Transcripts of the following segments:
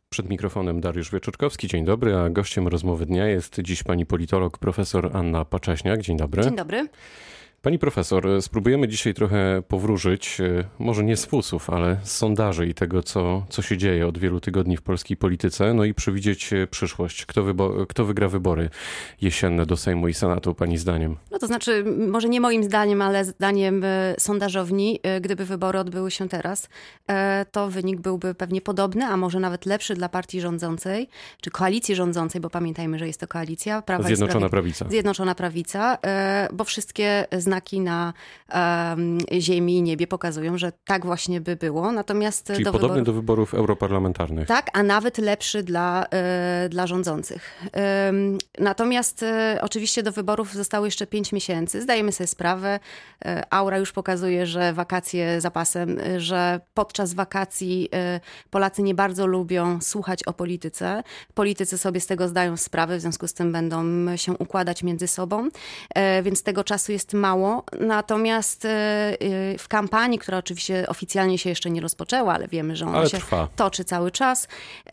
Przed mikrofonem Dariusz Wieczorkowski. Dzień dobry, a gościem rozmowy dnia jest dziś pani politolog profesor Anna Paczaśniak. Dzień dobry. Dzień dobry. Pani profesor, spróbujemy dzisiaj trochę powróżyć, może nie z fusów, ale z sondaży i tego, co się dzieje od wielu tygodni w polskiej polityce, no i przewidzieć przyszłość. Kto wygra wybory jesienne do Sejmu i Senatu, pani zdaniem? No to znaczy, może nie moim zdaniem, ale zdaniem sondażowni, gdyby wybory odbyły się teraz, to wynik byłby pewnie podobny, a może nawet lepszy dla partii rządzącej, czy koalicji rządzącej, bo pamiętajmy, że jest to koalicja. Zjednoczona Prawica, bo wszystkie znaki na ziemi i niebie pokazują, że tak właśnie by było. Natomiast czyli podobny do wyborów europarlamentarnych. Tak, a nawet lepszy dla rządzących. Natomiast oczywiście do wyborów zostało jeszcze 5 miesięcy. Zdajemy sobie sprawę. Aura już pokazuje, że wakacje za pasem, że podczas wakacji Polacy nie bardzo lubią słuchać o polityce. Politycy sobie z tego zdają sprawę, w związku z tym będą się układać między sobą, więc tego czasu jest mało. Natomiast w kampanii, która oczywiście oficjalnie się jeszcze nie rozpoczęła, ale wiemy, że ona się toczy cały czas,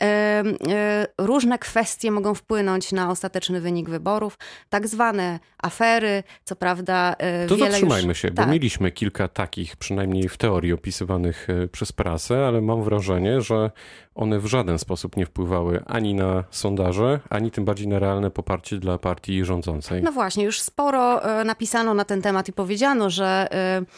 różne kwestie mogą wpłynąć na ostateczny wynik wyborów. Tak zwane afery, co prawda to wiele zatrzymajmy już... się, bo mieliśmy kilka takich, przynajmniej w teorii opisywanych przez prasę, ale mam wrażenie, że one w żaden sposób nie wpływały ani na sondaże, ani tym bardziej na realne poparcie dla partii rządzącej. No właśnie, już sporo napisano na ten temat i powiedziano, że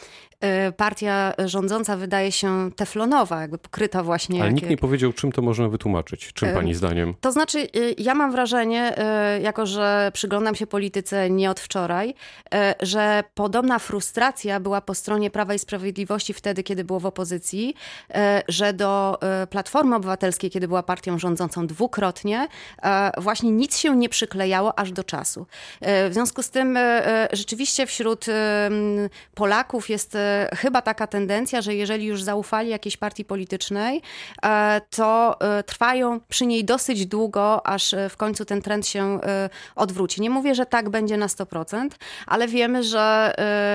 partia rządząca wydaje się teflonowa, jakby pokryta właśnie... Ale nikt nie powiedział, czym to można wytłumaczyć. Czym pani zdaniem? To znaczy, ja mam wrażenie, jako że przyglądam się polityce nie od wczoraj, że podobna frustracja była po stronie Prawa i Sprawiedliwości wtedy, kiedy było w opozycji, że do Platformy Obywatelskiej, kiedy była partią rządzącą dwukrotnie, właśnie nic się nie przyklejało aż do czasu. W związku z tym rzeczywiście wśród Polaków jest chyba taka tendencja, że jeżeli już zaufali jakiejś partii politycznej, to trwają przy niej dosyć długo, aż w końcu ten trend się odwróci. Nie mówię, że tak będzie na 100%, ale wiemy, że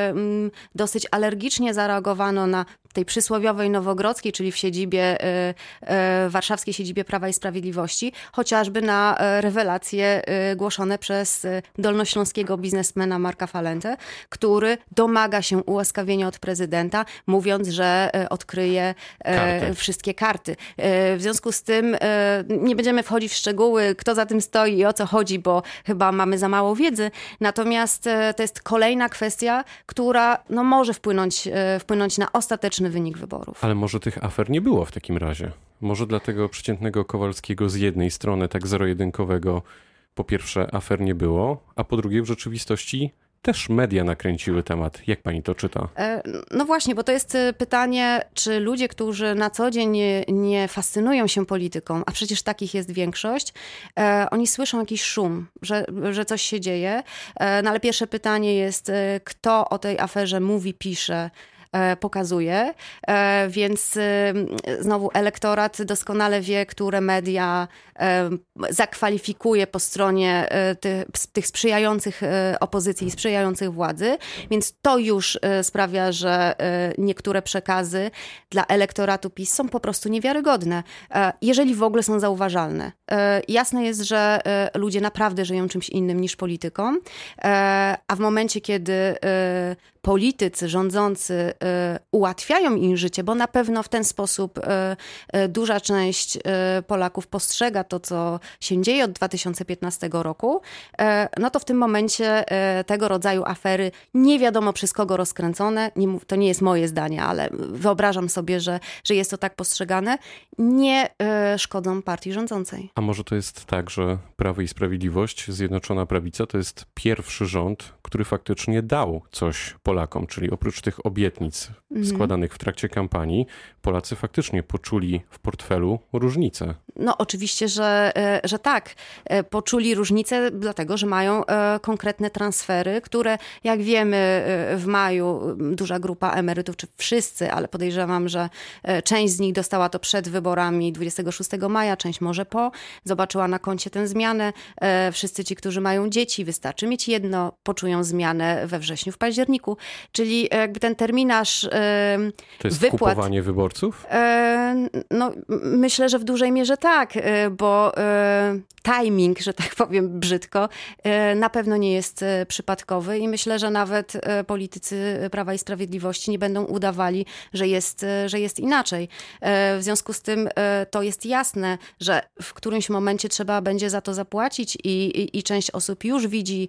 dosyć alergicznie zareagowano na tej przysłowiowej Nowogrodzkiej, czyli w siedzibie, warszawskiej siedzibie Prawa i Sprawiedliwości, chociażby na rewelacje głoszone przez dolnośląskiego biznesmena Marka Falentę, który domaga się ułaskawienia od prezydenta, mówiąc, że odkryje wszystkie karty. W związku z tym nie będziemy wchodzić w szczegóły, kto za tym stoi i o co chodzi, bo chyba mamy za mało wiedzy. Natomiast to jest kolejna kwestia, która może wpłynąć na ostateczny wynik wyborów. Ale może tych afer nie było w takim razie? Może dla tego przeciętnego Kowalskiego z jednej strony, tak zero-jedynkowego, po pierwsze afer nie było, a po drugie w rzeczywistości też media nakręciły temat. Jak pani to czyta? No właśnie, bo to jest pytanie, czy ludzie, którzy na co dzień nie fascynują się polityką, a przecież takich jest większość, oni słyszą jakiś szum, że coś się dzieje. No ale pierwsze pytanie jest, kto o tej aferze mówi, pisze, pokazuje, więc znowu elektorat doskonale wie, które media zakwalifikuje po stronie tych sprzyjających opozycji i sprzyjających władzy, więc to już sprawia, że niektóre przekazy dla elektoratu PiS są po prostu niewiarygodne, jeżeli w ogóle są zauważalne. Jasne jest, że ludzie naprawdę żyją czymś innym niż polityką, a w momencie, kiedy politycy rządzący ułatwiają im życie, bo na pewno w ten sposób duża część Polaków postrzega to, co się dzieje od 2015 roku, no to w tym momencie tego rodzaju afery, nie wiadomo przez kogo rozkręcone, to nie jest moje zdanie, ale wyobrażam sobie, że jest to tak postrzegane, nie szkodzą partii rządzącej. A może to jest tak, że Prawo i Sprawiedliwość, Zjednoczona Prawica, to jest pierwszy rząd, który faktycznie dał coś Polakom, czyli oprócz tych obietnic składanych w trakcie kampanii, Polacy faktycznie poczuli w portfelu różnicę. No oczywiście, że tak. Poczuli różnicę, dlatego że mają konkretne transfery, które jak wiemy w maju duża grupa emerytów, czy wszyscy, ale podejrzewam, że część z nich dostała to przed wyborami 26 maja, część może po, zobaczyła na koncie tę zmianę. Wszyscy ci, którzy mają dzieci, wystarczy mieć jedno, poczują zmianę we wrześniu, w październiku. Czyli jakby ten terminarz To jest wypłat... kupowanie wyborców? No, myślę, że w dużej mierze tak, bo timing, że tak powiem brzydko, na pewno nie jest przypadkowy i myślę, że nawet politycy Prawa i Sprawiedliwości nie będą udawali, że jest inaczej. W związku z tym to jest jasne, że w którymś momencie trzeba będzie za to zapłacić i część osób już widzi,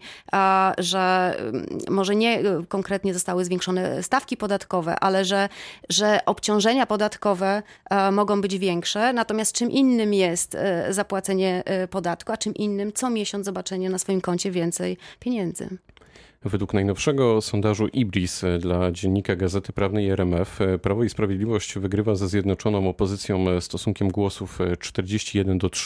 że może nie konkretnie zostały zwiększone stawki podatkowe, ale że obciążenia podatkowe mogą być większe. Natomiast czym innym jest zapłacenie podatku, a czym innym co miesiąc zobaczenie na swoim koncie więcej pieniędzy. Według najnowszego sondażu IBRIS dla dziennika Gazety Prawnej RMF Prawo i Sprawiedliwość wygrywa ze Zjednoczoną Opozycją stosunkiem głosów 41 do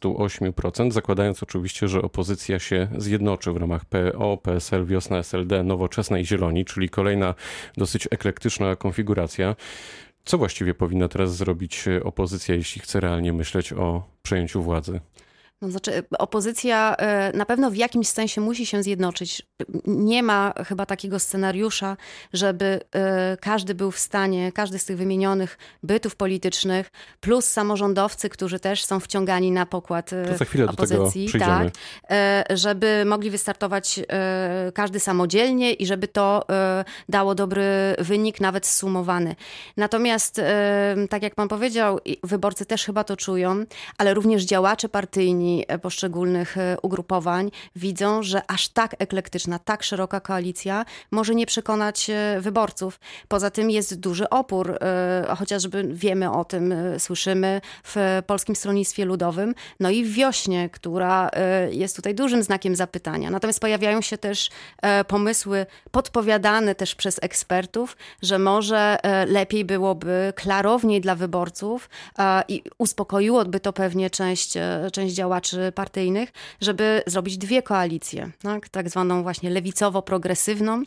38%, zakładając oczywiście, że opozycja się zjednoczy w ramach PO, PSL, Wiosna SLD, Nowoczesna i Zieloni, czyli kolejna dosyć eklektyczna konfiguracja. Co właściwie powinna teraz zrobić opozycja, jeśli chce realnie myśleć o przejęciu władzy? No, znaczy, opozycja na pewno w jakimś sensie musi się zjednoczyć. Nie ma chyba takiego scenariusza, żeby każdy był w stanie, każdy z tych wymienionych bytów politycznych, plus samorządowcy, którzy też są wciągani na pokład to za chwilę opozycji, do tego przyjdziemy. Żeby mogli wystartować każdy samodzielnie i żeby to dało dobry wynik, nawet zsumowany. Natomiast, tak jak pan powiedział, wyborcy też chyba to czują, ale również działacze partyjni poszczególnych ugrupowań widzą, że aż tak eklektyczna, tak szeroka koalicja może nie przekonać wyborców. Poza tym jest duży opór, chociażby wiemy o tym, słyszymy w Polskim Stronnictwie Ludowym, no i w Wiośnie, która jest tutaj dużym znakiem zapytania. Natomiast pojawiają się też pomysły podpowiadane też przez ekspertów, że może lepiej byłoby klarowniej dla wyborców i uspokoiłoby to pewnie część działaczy partyjnych, żeby zrobić dwie koalicje, tak zwaną właśnie lewicowo-progresywną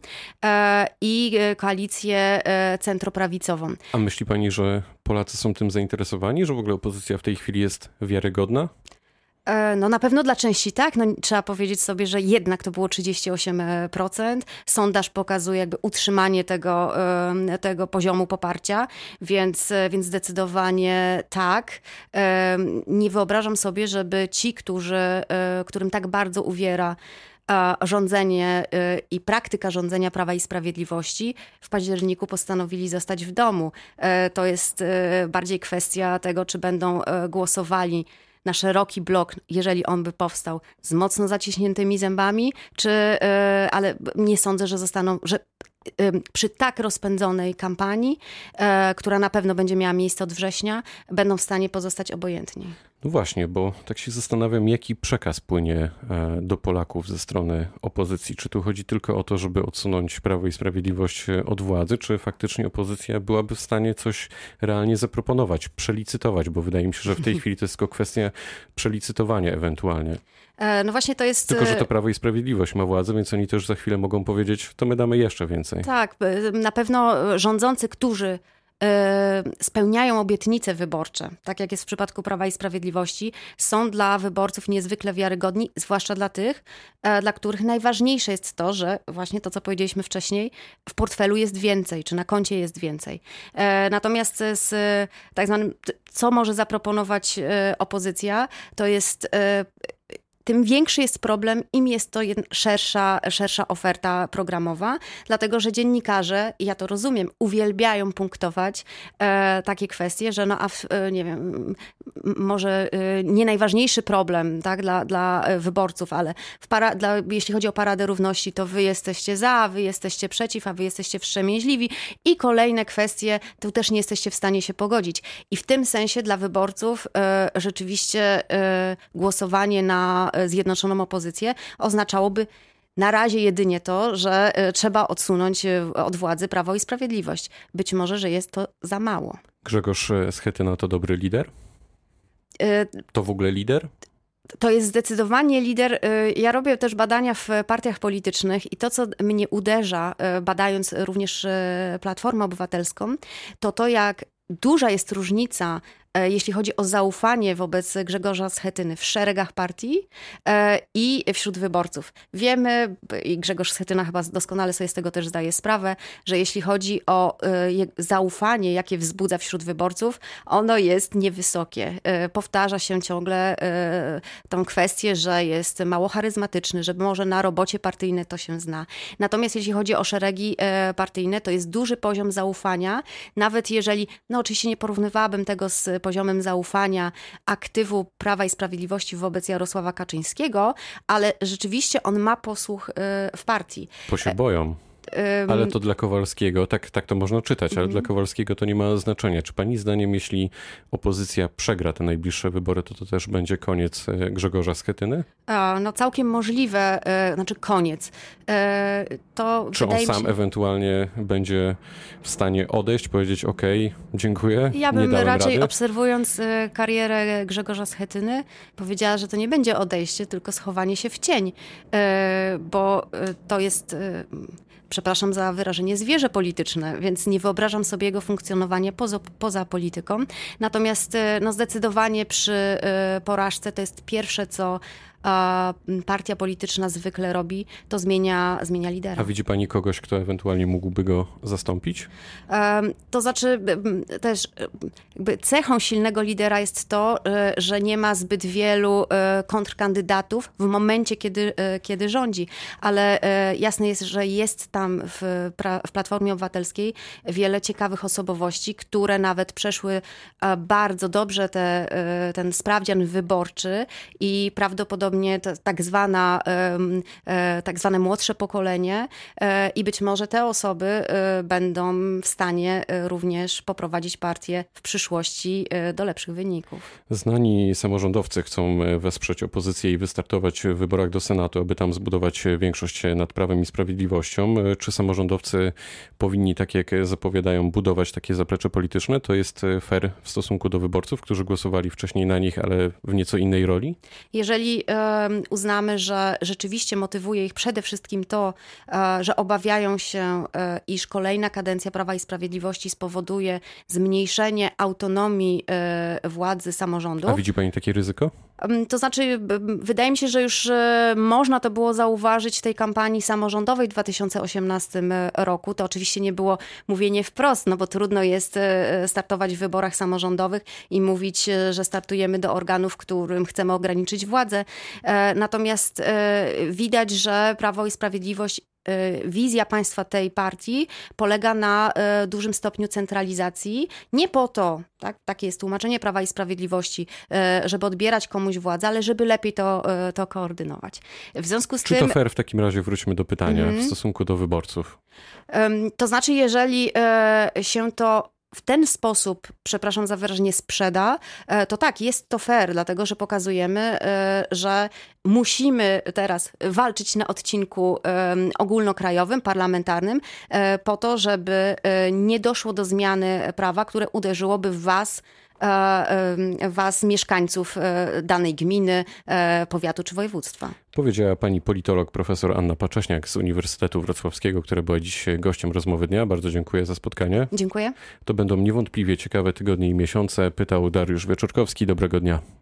i koalicję centroprawicową. A myśli pani, że Polacy są tym zainteresowani, że w ogóle opozycja w tej chwili jest wiarygodna? No na pewno dla części tak. No, trzeba powiedzieć sobie, że jednak to było 38%. Sondaż pokazuje jakby utrzymanie tego poziomu poparcia, więc zdecydowanie tak. Nie wyobrażam sobie, żeby ci, którym tak bardzo uwiera rządzenie i praktyka rządzenia Prawa i Sprawiedliwości w październiku postanowili zostać w domu. To jest bardziej kwestia tego, czy będą głosowali na szeroki blok, jeżeli on by powstał z mocno zaciśniętymi zębami, ale nie sądzę, że przy tak rozpędzonej kampanii, która na pewno będzie miała miejsce od września, będą w stanie pozostać obojętni. No właśnie, bo tak się zastanawiam, jaki przekaz płynie do Polaków ze strony opozycji. Czy tu chodzi tylko o to, żeby odsunąć Prawo i Sprawiedliwość od władzy, czy faktycznie opozycja byłaby w stanie coś realnie zaproponować, przelicytować, bo wydaje mi się, że w tej chwili to jest tylko kwestia przelicytowania ewentualnie. No właśnie to jest... Tylko, że to Prawo i Sprawiedliwość ma władzę, więc oni też za chwilę mogą powiedzieć, to my damy jeszcze więcej. Tak, na pewno rządzący, którzy spełniają obietnice wyborcze, tak jak jest w przypadku Prawa i Sprawiedliwości, są dla wyborców niezwykle wiarygodni, zwłaszcza dla tych, dla których najważniejsze jest to, że właśnie to, co powiedzieliśmy wcześniej, w portfelu jest więcej, czy na koncie jest więcej. Natomiast z tak zwanym, co może zaproponować opozycja, to jest... Tym większy jest problem, im jest to szersza oferta programowa, dlatego że dziennikarze, i ja to rozumiem, uwielbiają punktować takie kwestie, że nie wiem, może nie najważniejszy problem, tak, dla wyborców, ale jeśli chodzi o Paradę Równości, to wy jesteście za, wy jesteście przeciw, a wy jesteście wstrzemięźliwi i kolejne kwestie, tu też nie jesteście w stanie się pogodzić. I w tym sensie dla wyborców rzeczywiście głosowanie na zjednoczoną opozycję oznaczałoby na razie jedynie to, że trzeba odsunąć od władzy Prawo i Sprawiedliwość. Być może, że jest to za mało. Grzegorz Schetyna to dobry lider? To w ogóle lider? To jest zdecydowanie lider. Ja robię też badania w partiach politycznych i to, co mnie uderza, badając również Platformę Obywatelską, to jak duża jest różnica jeśli chodzi o zaufanie wobec Grzegorza Schetyny w szeregach partii i wśród wyborców. Wiemy, i Grzegorz Schetyna chyba doskonale sobie z tego też zdaje sprawę, że jeśli chodzi o zaufanie, jakie wzbudza wśród wyborców, ono jest niewysokie. Powtarza się ciągle tą kwestię, że jest mało charyzmatyczny, że może na robocie partyjnej to się zna. Natomiast jeśli chodzi o szeregi partyjne, to jest duży poziom zaufania, nawet jeżeli, no oczywiście nie porównywałabym tego z poziomem zaufania aktywu Prawa i Sprawiedliwości wobec Jarosława Kaczyńskiego, ale rzeczywiście on ma posłuch w partii. Bo się boją. Ale to dla Kowalskiego, tak to można czytać, ale dla Kowalskiego to nie ma znaczenia. Czy pani zdaniem, jeśli opozycja przegra te najbliższe wybory, to też będzie koniec Grzegorza Schetyny? No całkiem możliwe, znaczy koniec. To czy on sam ewentualnie będzie w stanie odejść, powiedzieć dziękuję, ja bym nie dałem raczej rady? Obserwując karierę Grzegorza Schetyny powiedziała, że to nie będzie odejście, tylko schowanie się w cień, bo to jest... Przepraszam za wyrażenie, zwierzę polityczne, więc nie wyobrażam sobie jego funkcjonowania poza polityką. Natomiast zdecydowanie przy porażce to jest pierwsze, co partia polityczna zwykle robi, to zmienia lidera. A widzi pani kogoś, kto ewentualnie mógłby go zastąpić? To znaczy też cechą silnego lidera jest to, że nie ma zbyt wielu kontrkandydatów w momencie, kiedy rządzi. Ale jasne jest, że jest tam w Platformie Obywatelskiej wiele ciekawych osobowości, które nawet przeszły bardzo dobrze ten sprawdzian wyborczy i prawdopodobnie tak zwane młodsze pokolenie i być może te osoby będą w stanie również poprowadzić partię w przyszłości do lepszych wyników. Znani samorządowcy chcą wesprzeć opozycję i wystartować w wyborach do Senatu, aby tam zbudować większość nad Prawem i Sprawiedliwością. Czy samorządowcy powinni, tak jak zapowiadają, budować takie zaplecze polityczne? To jest fair w stosunku do wyborców, którzy głosowali wcześniej na nich, ale w nieco innej roli? Jeżeli uznamy, że rzeczywiście motywuje ich przede wszystkim to, że obawiają się, iż kolejna kadencja Prawa i Sprawiedliwości spowoduje zmniejszenie autonomii władzy samorządów. A widzi pani takie ryzyko? To znaczy, wydaje mi się, że już można to było zauważyć w tej kampanii samorządowej w 2018 roku. To oczywiście nie było mówienie wprost, no bo trudno jest startować w wyborach samorządowych i mówić, że startujemy do organów, którym chcemy ograniczyć władzę. Natomiast widać, że Prawo i Sprawiedliwość, wizja państwa tej partii polega na dużym stopniu centralizacji. Nie po to, takie jest tłumaczenie Prawa i Sprawiedliwości, żeby odbierać komuś władzę, ale żeby lepiej to koordynować. W związku z Czy tym... to fair, w takim razie wróćmy do pytania w stosunku do wyborców? To znaczy, jeżeli się to w ten sposób, przepraszam za wyrażenie, sprzeda, to tak, jest to fair, dlatego że pokazujemy, że musimy teraz walczyć na odcinku ogólnokrajowym, parlamentarnym, po to, żeby nie doszło do zmiany prawa, które uderzyłoby w was, mieszkańców danej gminy, powiatu czy województwa. Powiedziała pani politolog profesor Anna Pacześniak z Uniwersytetu Wrocławskiego, która była dziś gościem Rozmowy Dnia. Bardzo dziękuję za spotkanie. Dziękuję. To będą niewątpliwie ciekawe tygodnie i miesiące. Pytał Dariusz Wieczorkowski. Dobrego dnia.